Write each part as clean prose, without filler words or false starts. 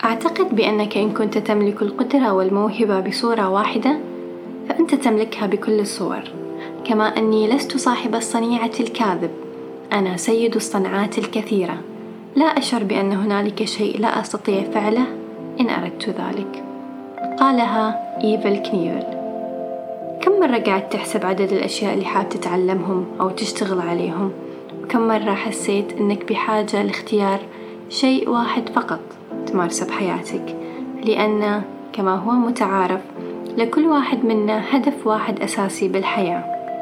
أعتقد بأنك إن كنت تملك القدرة والموهبة بصورة واحدة فأنت تملكها بكل الصور، كما أني لست صاحب الصنيعة الكاذب، أنا سيد الصنعات الكثيرة، لا أشعر بأن هنالك شيء لا أستطيع فعله إن أردت ذلك. قالها إيفل كنيفل. كم مرة قعدت تحسب عدد الأشياء اللي حاب تتعلمهم أو تشتغل عليهم؟ وكم مرة حسيت أنك بحاجة لاختيار شيء واحد فقط تمارسه بحياتك، لأن كما هو متعارف لكل واحد منا هدف واحد أساسي بالحياة.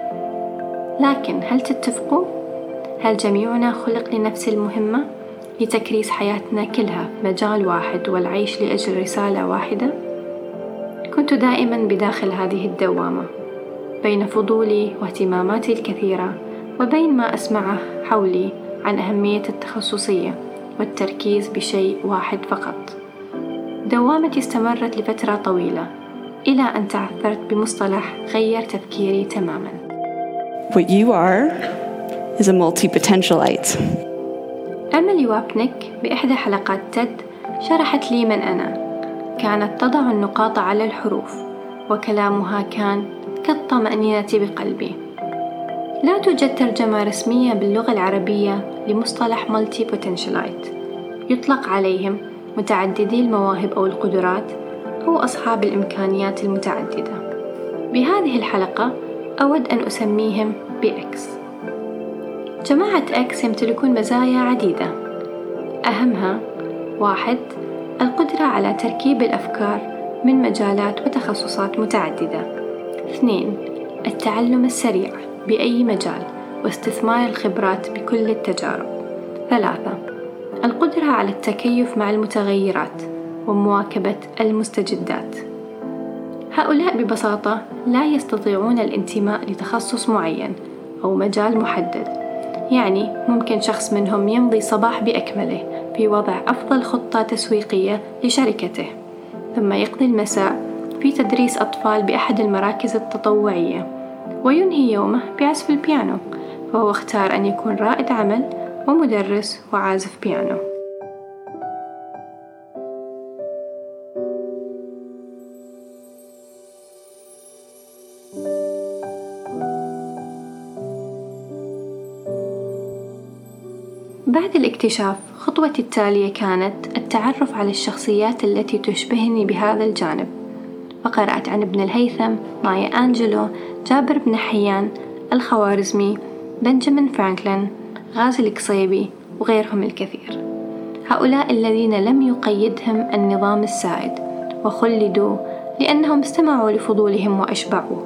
لكن هل تتفقوا؟ هل جميعنا خلق لنفس المهمة؟ لتكريس حياتنا كلها مجال واحد والعيش لأجل رسالة واحدة؟ كنت دائما بداخل هذه الدوامة بين فضولي واهتماماتي الكثيرة وبين ما أسمعه حولي عن أهمية التخصصية والتركيز بشيء واحد فقط. دوامتي استمرت لفترة طويلة إلى أن تعثرت بمصطلح غير تفكيري تماما. What you are is a multi-potentialite. أميلي وابنك بإحدى حلقات تيد شرحت لي من أنا. كانت تضع النقاط على الحروف وكلامها كان كالطمأنينة بقلبي. لا توجد ترجمة رسمية باللغة العربية لمصطلح multi-potentialite. يطلق عليهم متعددي المواهب أو القدرات أو أصحاب الإمكانيات المتعددة. بهذه الحلقة أود أن أسميهم بإكس. جماعة إكس يمتلكون مزايا عديدة، أهمها 1. القدرة على تركيب الأفكار من مجالات وتخصصات متعددة. 2. التعلم السريع بأي مجال واستثمار الخبرات بكل التجارب. 3. القدرة على التكيف مع المتغيرات ومواكبة المستجدات. هؤلاء ببساطة لا يستطيعون الانتماء لتخصص معين أو مجال محدد، يعني ممكن شخص منهم يمضي صباح بأكمله في وضع أفضل خطة تسويقية لشركته، ثم يقضي المساء في تدريس أطفال بأحد المراكز التطوعية، وينهي يومه بعزف البيانو. فهو اختار أن يكون رائد عمل ومدرس وعازف بيانو. بعد الاكتشاف خطوتي التالية كانت التعرف على الشخصيات التي تشبهني بهذا الجانب، فقرأت عن ابن الهيثم، مايا أنجلو، جابر بن حيان، الخوارزمي، بنجامين فرانكلين، غازي القصيبي وغيرهم الكثير. هؤلاء الذين لم يقيدهم النظام السائد وخلدوا لأنهم استمعوا لفضولهم وأشبعوه.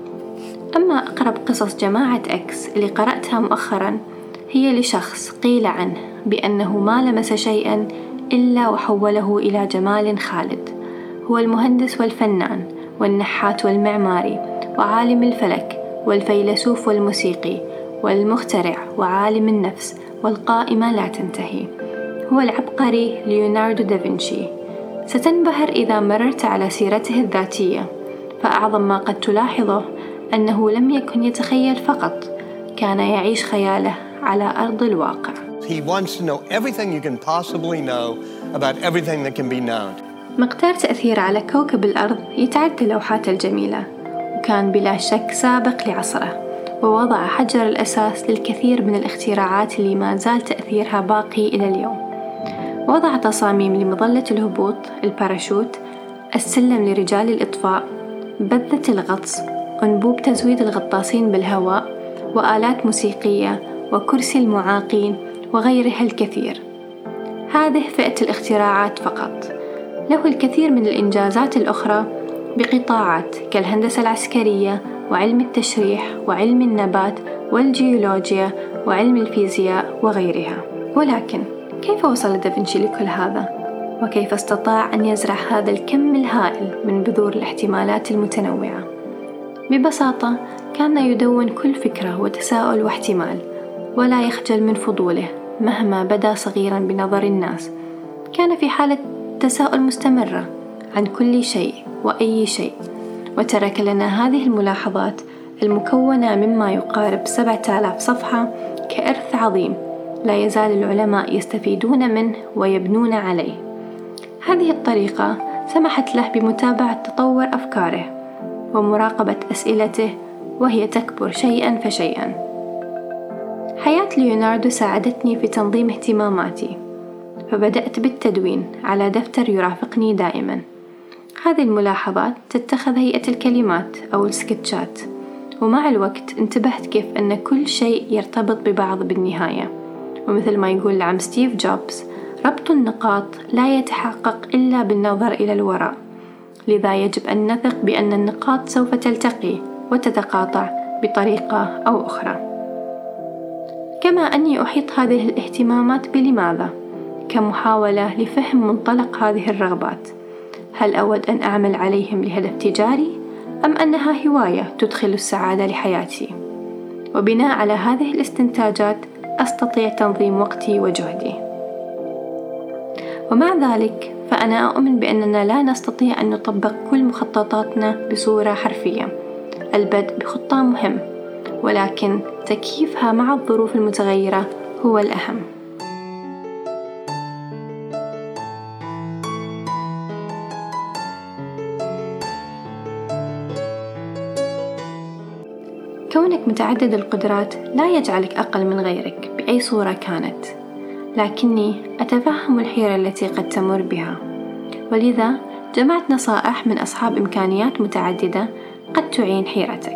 أما أقرب قصص جماعة إكس اللي قرأتها مؤخرا هي لشخص قيل عنه بأنه ما لمس شيئا إلا وحوله إلى جمال خالد. هو المهندس والفنان والنحات والمعماري وعالم الفلك والفيلسوف والموسيقي والمخترع وعالم النفس والقائمة لا تنتهي. هو العبقري ليوناردو دافنشي. ستنبهر إذا مررت على سيرته الذاتية، فأعظم ما قد تلاحظه أنه لم يكن يتخيل فقط، كان يعيش خياله على أرض الواقع. He wants to know everything you can possibly know about everything that can be known. مقدار تأثير على كوكب الأرض يتعدى لوحاته الجميلة، وكان بلا شك سابق لعصره، ووضع حجر الأساس للكثير من الاختراعات اللي ما زال تأثيرها باقي إلى اليوم. وضع تصاميم لمظلة الهبوط، الباراشوت، السلم لرجال الإطفاء، بذة الغطس، أنبوب تزويد الغطاسين بالهواء، وآلات موسيقية، وكرسي المعاقين، وغيرها الكثير. هذه فئة الاختراعات فقط. له الكثير من الإنجازات الأخرى بقطاعات كالهندسة العسكرية وعلم التشريح وعلم النبات والجيولوجيا وعلم الفيزياء وغيرها. ولكن كيف وصل دافنشي لكل هذا؟ وكيف استطاع أن يزرع هذا الكم الهائل من بذور الاحتمالات المتنوعة؟ ببساطة كان يدون كل فكرة وتساؤل واحتمال، ولا يخجل من فضوله مهما بدا صغيرا بنظر الناس. كان في حالة تساؤل مستمرة عن كل شيء وأي شيء، وترك لنا هذه الملاحظات المكونة مما يقارب 7000 صفحة كإرث عظيم لا يزال العلماء يستفيدون منه ويبنون عليه. هذه الطريقة سمحت له بمتابعة تطور أفكاره ومراقبة أسئلته وهي تكبر شيئا فشيئا. حياة ليوناردو ساعدتني في تنظيم اهتماماتي، فبدأت بالتدوين على دفتر يرافقني دائما. هذه الملاحظات تتخذ هيئة الكلمات أو السكتشات، ومع الوقت انتبهت كيف أن كل شيء يرتبط ببعض بالنهاية، ومثل ما يقول العم ستيف جوبز: ربط النقاط لا يتحقق إلا بالنظر إلى الوراء، لذا يجب أن نثق بأن النقاط سوف تلتقي وتتقاطع بطريقة أو أخرى. كما أني أحيط هذه الاهتمامات بلماذا كمحاولة لفهم منطلق هذه الرغبات. هل أود أن أعمل عليهم لهدف تجاري أم أنها هواية تدخل السعادة لحياتي؟ وبناء على هذه الاستنتاجات أستطيع تنظيم وقتي وجهدي. ومع ذلك فأنا أؤمن بأننا لا نستطيع أن نطبق كل مخططاتنا بصورة حرفية. البدء بخطة مهم، ولكن تكييفها مع الظروف المتغيرة هو الأهم. كونك متعدد القدرات لا يجعلك أقل من غيرك بأي صورة كانت، لكني أتفهم الحيرة التي قد تمر بها، ولذا جمعت نصائح من أصحاب إمكانيات متعددة قد تعين حيرتك.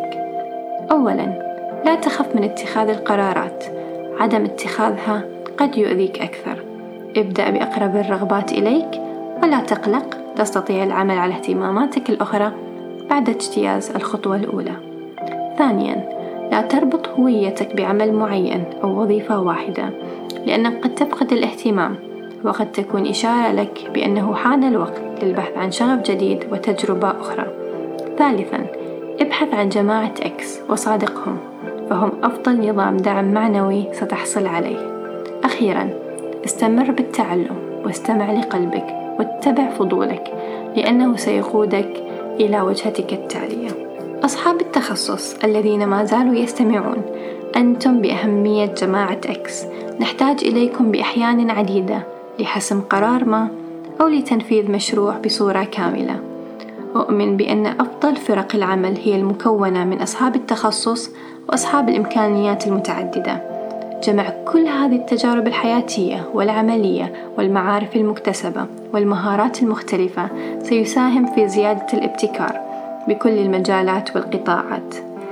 أولاً، لا تخف من اتخاذ القرارات، عدم اتخاذها قد يؤذيك أكثر. ابدأ بأقرب الرغبات إليك ولا تقلق، تستطيع العمل على اهتماماتك الأخرى بعد اجتياز الخطوة الأولى. ثانياً، لا تربط هويتك بعمل معين أو وظيفة واحدة، لأنك قد تفقد الاهتمام، وقد تكون إشارة لك بأنه حان الوقت للبحث عن شغف جديد وتجربة أخرى. ثالثاً، ابحث عن جماعة إكس وصادقهم، فهم أفضل نظام دعم معنوي ستحصل عليه. أخيراً، استمر بالتعلم واستمع لقلبك واتبع فضولك، لأنه سيقودك إلى وجهتك التالية. أصحاب التخصص الذين ما زالوا يستمعون، أنتم بأهمية جماعة إكس نحتاج إليكم بأحيان عديدة لحسم قرار ما أو لتنفيذ مشروع بصورة كاملة. أؤمن بأن أفضل فرق العمل هي المكونة من أصحاب التخصص وأصحاب الإمكانيات المتعددة. جمع كل هذه التجارب الحياتية والعملية والمعارف المكتسبة والمهارات المختلفة سيساهم في زيادة الابتكار بكل المجالات والقطاعات.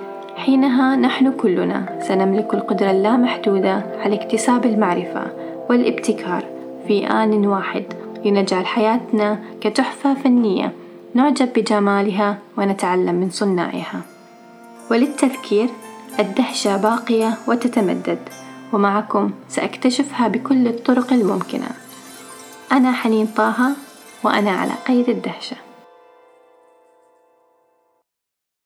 حينها نحن كلنا سنملك القدرة اللامحدودة على اكتساب المعرفة والابتكار في آن واحد، لنجعل حياتنا كتحفة فنية نعجب بجمالها ونتعلم من صناعها. وللتذكير، الدهشة باقية وتتمدد، ومعكم سأكتشفها بكل الطرق الممكنة. أنا حنين طه، وأنا على قيد الدهشة.